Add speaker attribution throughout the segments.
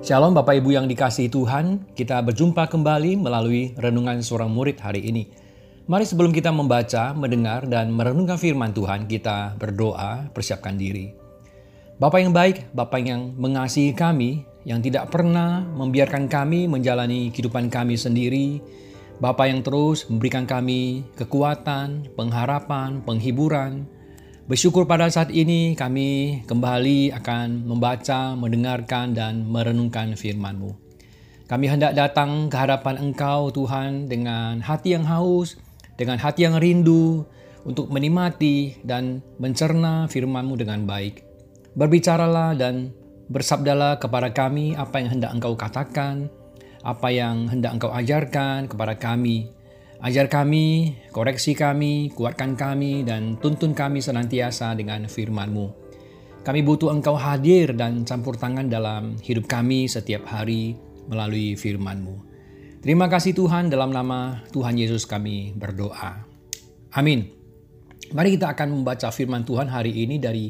Speaker 1: Shalom Bapak Ibu yang dikasihi Tuhan, kita berjumpa kembali melalui Renungan Seorang Murid hari ini. Mari sebelum kita membaca, mendengar, dan merenungkan firman Tuhan, kita berdoa, persiapkan diri. Bapa yang baik, Bapa yang mengasihi kami, yang tidak pernah membiarkan kami menjalani kehidupan kami sendiri, Bapa yang terus memberikan kami kekuatan, pengharapan, penghiburan. Bersyukur pada saat ini kami kembali akan membaca, mendengarkan, dan merenungkan firman-Mu. Kami hendak datang ke hadapan Engkau Tuhan dengan hati yang haus, dengan hati yang rindu untuk menikmati dan mencerna firman-Mu dengan baik. Berbicaralah dan bersabdalah kepada kami apa yang hendak Engkau katakan, apa yang hendak Engkau ajarkan kepada kami. Ajar kami, koreksi kami, kuatkan kami, dan tuntun kami senantiasa dengan firman-Mu. Kami butuh Engkau hadir dan campur tangan dalam hidup kami setiap hari melalui firman-Mu. Terima kasih Tuhan, dalam nama Tuhan Yesus kami berdoa. Amin. Mari kita akan membaca firman Tuhan hari ini dari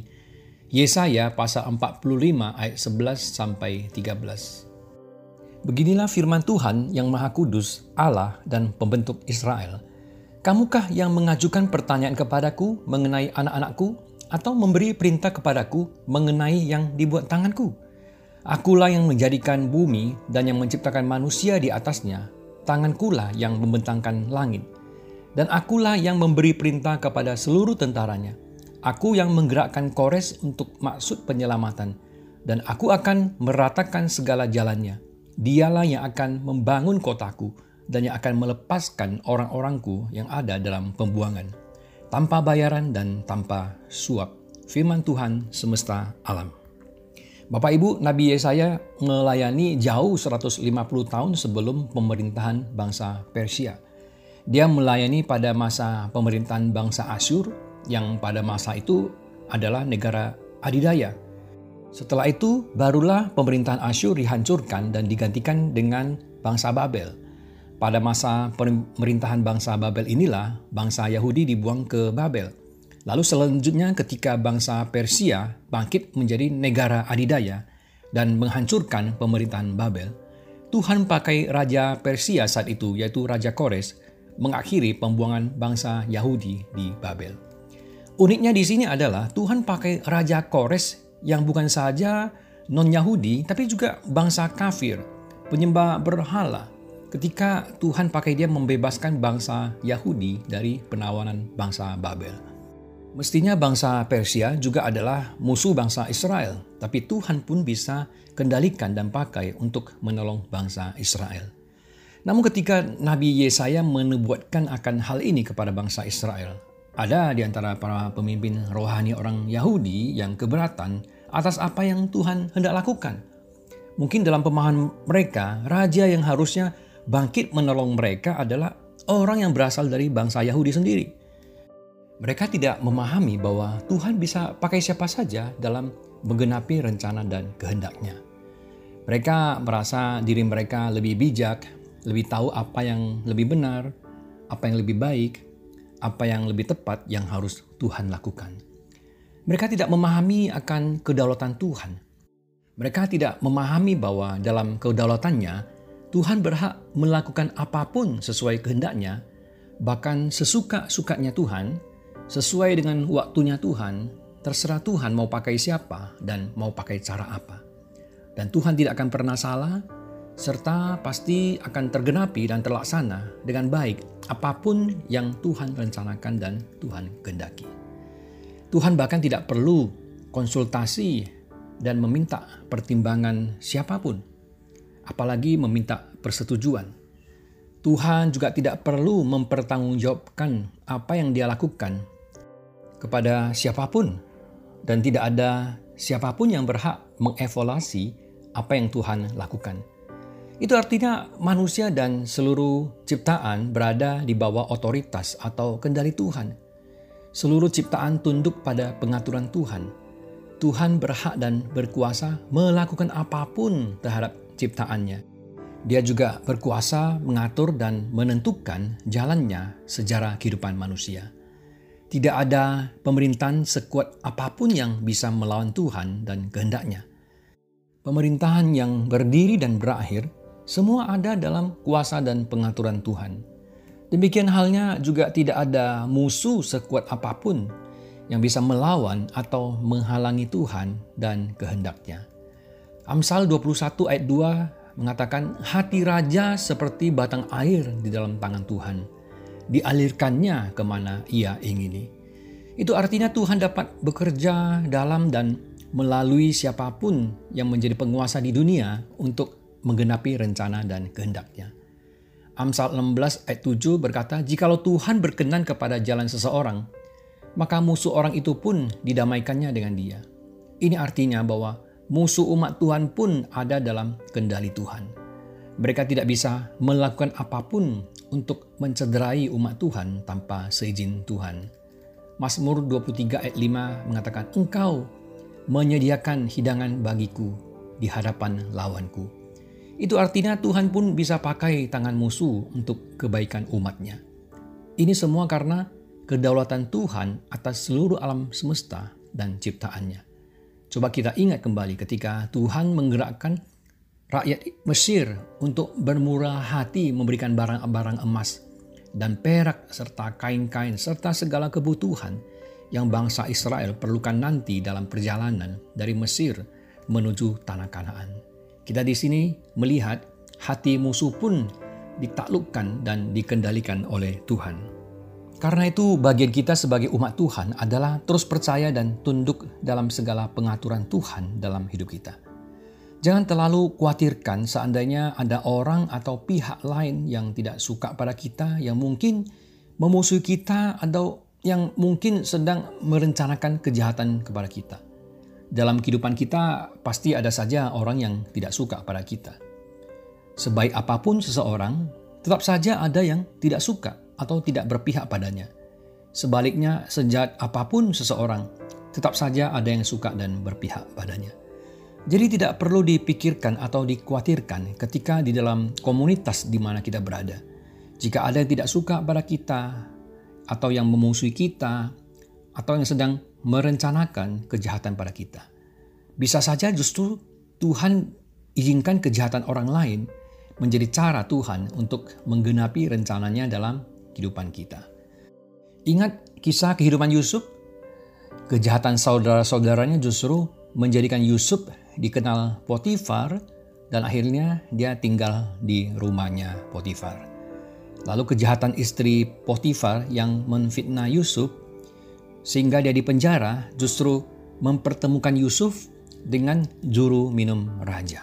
Speaker 1: Yesaya pasal 45 ayat 11 sampai 13. Beginilah firman Tuhan yang Maha Kudus, Allah dan Pembentuk Israel. Kamukah yang mengajukan pertanyaan kepadaku mengenai anak-anakku, atau memberi perintah kepadaku mengenai yang dibuat tanganku? Akulah yang menjadikan bumi dan yang menciptakan manusia di atasnya. Tangankulah yang membentangkan langit. Dan akulah yang memberi perintah kepada seluruh tentaranya. Aku yang menggerakkan Kores untuk maksud penyelamatan. Dan aku akan meratakan segala jalannya. Dialah yang akan membangun kotaku dan yang akan melepaskan orang-orangku yang ada dalam pembuangan, tanpa bayaran dan tanpa suap. Firman Tuhan semesta alam. Bapak Ibu, Nabi Yesaya melayani jauh 150 tahun sebelum pemerintahan bangsa Persia. Dia melayani pada masa pemerintahan bangsa Asyur yang pada masa itu adalah negara adidaya. Setelah itu, barulah pemerintahan Asyur dihancurkan dan digantikan dengan bangsa Babel. Pada masa pemerintahan bangsa Babel inilah, bangsa Yahudi dibuang ke Babel. Lalu selanjutnya ketika bangsa Persia bangkit menjadi negara adidaya dan menghancurkan pemerintahan Babel, Tuhan pakai Raja Persia saat itu, yaitu Raja Kores, mengakhiri pembuangan bangsa Yahudi di Babel. Uniknya di sini adalah Tuhan pakai Raja Kores yang bukan saja non-Yahudi, tapi juga bangsa kafir, penyembah berhala, ketika Tuhan pakai dia membebaskan bangsa Yahudi dari penawanan bangsa Babel. Mestinya bangsa Persia juga adalah musuh bangsa Israel, tapi Tuhan pun bisa kendalikan dan pakai untuk menolong bangsa Israel. Namun ketika Nabi Yesaya menubuatkan akan hal ini kepada bangsa Israel, ada di antara para pemimpin rohani orang Yahudi yang keberatan atas apa yang Tuhan hendak lakukan. Mungkin dalam pemahaman mereka, raja yang harusnya bangkit menolong mereka adalah orang yang berasal dari bangsa Yahudi sendiri. Mereka tidak memahami bahwa Tuhan bisa pakai siapa saja dalam menggenapi rencana dan kehendaknya. Mereka merasa diri mereka lebih bijak, lebih tahu apa yang lebih benar, apa yang lebih baik, apa yang lebih tepat yang harus Tuhan lakukan. Mereka tidak memahami akan kedaulatan Tuhan. Mereka tidak memahami bahwa dalam kedaulatannya, Tuhan berhak melakukan apapun sesuai kehendaknya, bahkan sesuka-sukanya Tuhan, sesuai dengan waktunya Tuhan, terserah Tuhan mau pakai siapa dan mau pakai cara apa. Dan Tuhan tidak akan pernah salah, serta pasti akan tergenapi dan terlaksana dengan baik apapun yang Tuhan rencanakan dan Tuhan kehendaki. Tuhan bahkan tidak perlu konsultasi dan meminta pertimbangan siapapun, apalagi meminta persetujuan. Tuhan juga tidak perlu mempertanggungjawabkan apa yang Dia lakukan kepada siapapun, dan tidak ada siapapun yang berhak mengevaluasi apa yang Tuhan lakukan. Itu artinya manusia dan seluruh ciptaan berada di bawah otoritas atau kendali Tuhan. Seluruh ciptaan tunduk pada pengaturan Tuhan. Tuhan berhak dan berkuasa melakukan apapun terhadap ciptaannya. Dia juga berkuasa mengatur dan menentukan jalannya sejarah kehidupan manusia. Tidak ada pemerintahan sekuat apapun yang bisa melawan Tuhan dan kehendaknya. pemerintahan yang berdiri dan berakhir, semua ada dalam kuasa dan pengaturan Tuhan. Demikian halnya juga tidak ada musuh sekuat apapun yang bisa melawan atau menghalangi Tuhan dan kehendak-Nya. Amsal 21 ayat 2 mengatakan, hati raja seperti batang air di dalam tangan Tuhan, dialirkannya kemana Ia ingini. Itu artinya Tuhan dapat bekerja dalam dan melalui siapapun yang menjadi penguasa di dunia untuk menggenapi rencana dan kehendak-Nya. Amsal 16 ayat 7 berkata, jikalau Tuhan berkenan kepada jalan seseorang, maka musuh orang itu pun didamaikannya dengan dia. Ini artinya bahwa musuh umat Tuhan pun ada dalam kendali Tuhan. Mereka tidak bisa melakukan apapun untuk mencederai umat Tuhan tanpa seizin Tuhan. Mazmur 23 ayat 5 mengatakan, Engkau menyediakan hidangan bagiku di hadapan lawanku. Itu artinya Tuhan pun bisa pakai tangan musuh untuk kebaikan umatnya. Ini semua karena kedaulatan Tuhan atas seluruh alam semesta dan ciptaannya. Coba kita ingat kembali ketika Tuhan menggerakkan rakyat Mesir untuk bermurah hati memberikan barang-barang emas dan perak serta kain-kain serta segala kebutuhan yang bangsa Israel perlukan nanti dalam perjalanan dari Mesir menuju tanah Kanaan. Kita di sini melihat hati musuh pun ditaklukkan dan dikendalikan oleh Tuhan. Karena itu bagian kita sebagai umat Tuhan adalah terus percaya dan tunduk dalam segala pengaturan Tuhan dalam hidup kita. Jangan terlalu khawatirkan seandainya ada orang atau pihak lain yang tidak suka pada kita, yang mungkin memusuhi kita atau yang mungkin sedang merencanakan kejahatan kepada kita. Dalam kehidupan kita pasti ada saja orang yang tidak suka pada kita. Sebaik apapun seseorang, tetap saja ada yang tidak suka atau tidak berpihak padanya. Sebaliknya, sejahat apapun seseorang, tetap saja ada yang suka dan berpihak padanya. Jadi tidak perlu dipikirkan atau dikhawatirkan ketika di dalam komunitas di mana kita berada. Jika ada yang tidak suka pada kita, atau yang memusuhi kita, atau yang sedang merencanakan kejahatan pada kita. Bisa saja justru Tuhan izinkan kejahatan orang lain menjadi cara Tuhan untuk menggenapi rencananya dalam kehidupan kita. Ingat kisah kehidupan Yusuf? Kejahatan saudara-saudaranya justru menjadikan Yusuf dikenal Potifar dan akhirnya dia tinggal di rumahnya Potifar. Lalu kejahatan istri Potifar yang menfitnah Yusuf sehingga dia dipenjara justru mempertemukan Yusuf dengan juru minum raja.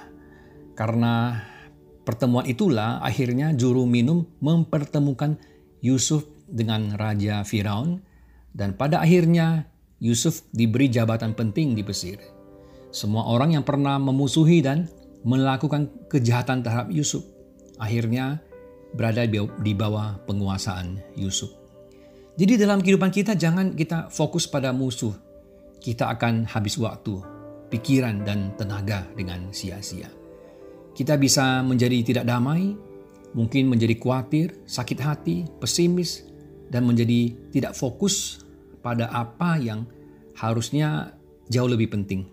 Speaker 1: Karena pertemuan itulah akhirnya juru minum mempertemukan Yusuf dengan Raja Firaun dan pada akhirnya Yusuf diberi jabatan penting di Mesir. Semua orang yang pernah memusuhi dan melakukan kejahatan terhadap Yusuf akhirnya berada di bawah penguasaan Yusuf. Jadi dalam kehidupan kita jangan kita fokus pada musuh. Kita akan habis waktu, pikiran dan tenaga dengan sia-sia. Kita bisa menjadi tidak damai, mungkin menjadi khawatir, sakit hati, pesimis, dan menjadi tidak fokus pada apa yang harusnya jauh lebih penting.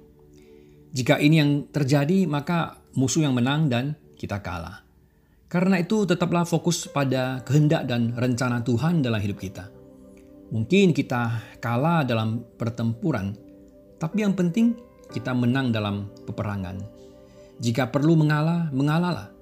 Speaker 1: Jika ini yang terjadi, maka musuh yang menang dan kita kalah. Karena itu tetaplah fokus pada kehendak dan rencana Tuhan dalam hidup kita. Mungkin kita kalah dalam pertempuran, tapi yang penting kita menang dalam peperangan. Jika perlu mengalah, mengalahlah.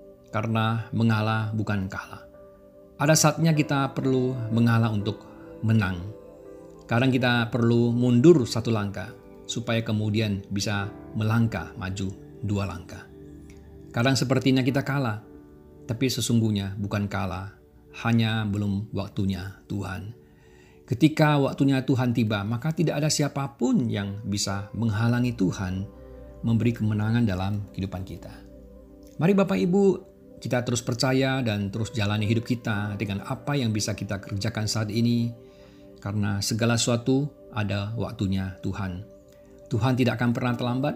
Speaker 1: Karena mengalah bukan kalah. Ada saatnya kita perlu mengalah untuk menang. Kadang kita perlu mundur satu langkah, supaya kemudian bisa melangkah maju 2 langkah. Kadang sepertinya kita kalah, tapi sesungguhnya bukan kalah, hanya belum waktunya Tuhan. Ketika waktunya Tuhan tiba, maka tidak ada siapapun yang bisa menghalangi Tuhan memberi kemenangan dalam kehidupan kita. Mari Bapak Ibu, kita terus percaya dan terus jalani hidup kita dengan apa yang bisa kita kerjakan saat ini, karena segala sesuatu ada waktunya Tuhan. Tuhan tidak akan pernah terlambat,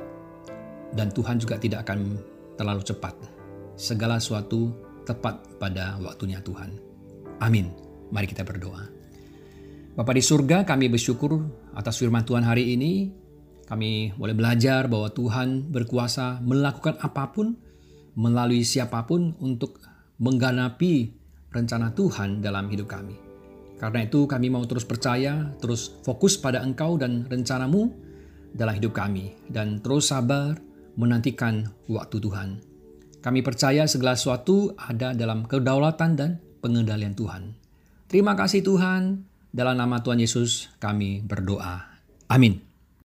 Speaker 1: dan Tuhan juga tidak akan terlalu cepat. Segala sesuatu tepat pada waktunya Tuhan. Amin. Mari kita berdoa. Bapa di surga, kami bersyukur atas firman Tuhan hari ini. Kami boleh belajar bahwa Tuhan berkuasa melakukan apapun melalui siapapun untuk menggenapi rencana Tuhan dalam hidup kami. Karena itu kami mau terus percaya, terus fokus pada Engkau dan rencanamu dalam hidup kami. Dan terus sabar menantikan waktu Tuhan. Kami percaya segala sesuatu ada dalam kedaulatan dan pengendalian Tuhan. Terima kasih Tuhan. Dalam nama Tuhan Yesus kami berdoa. Amin.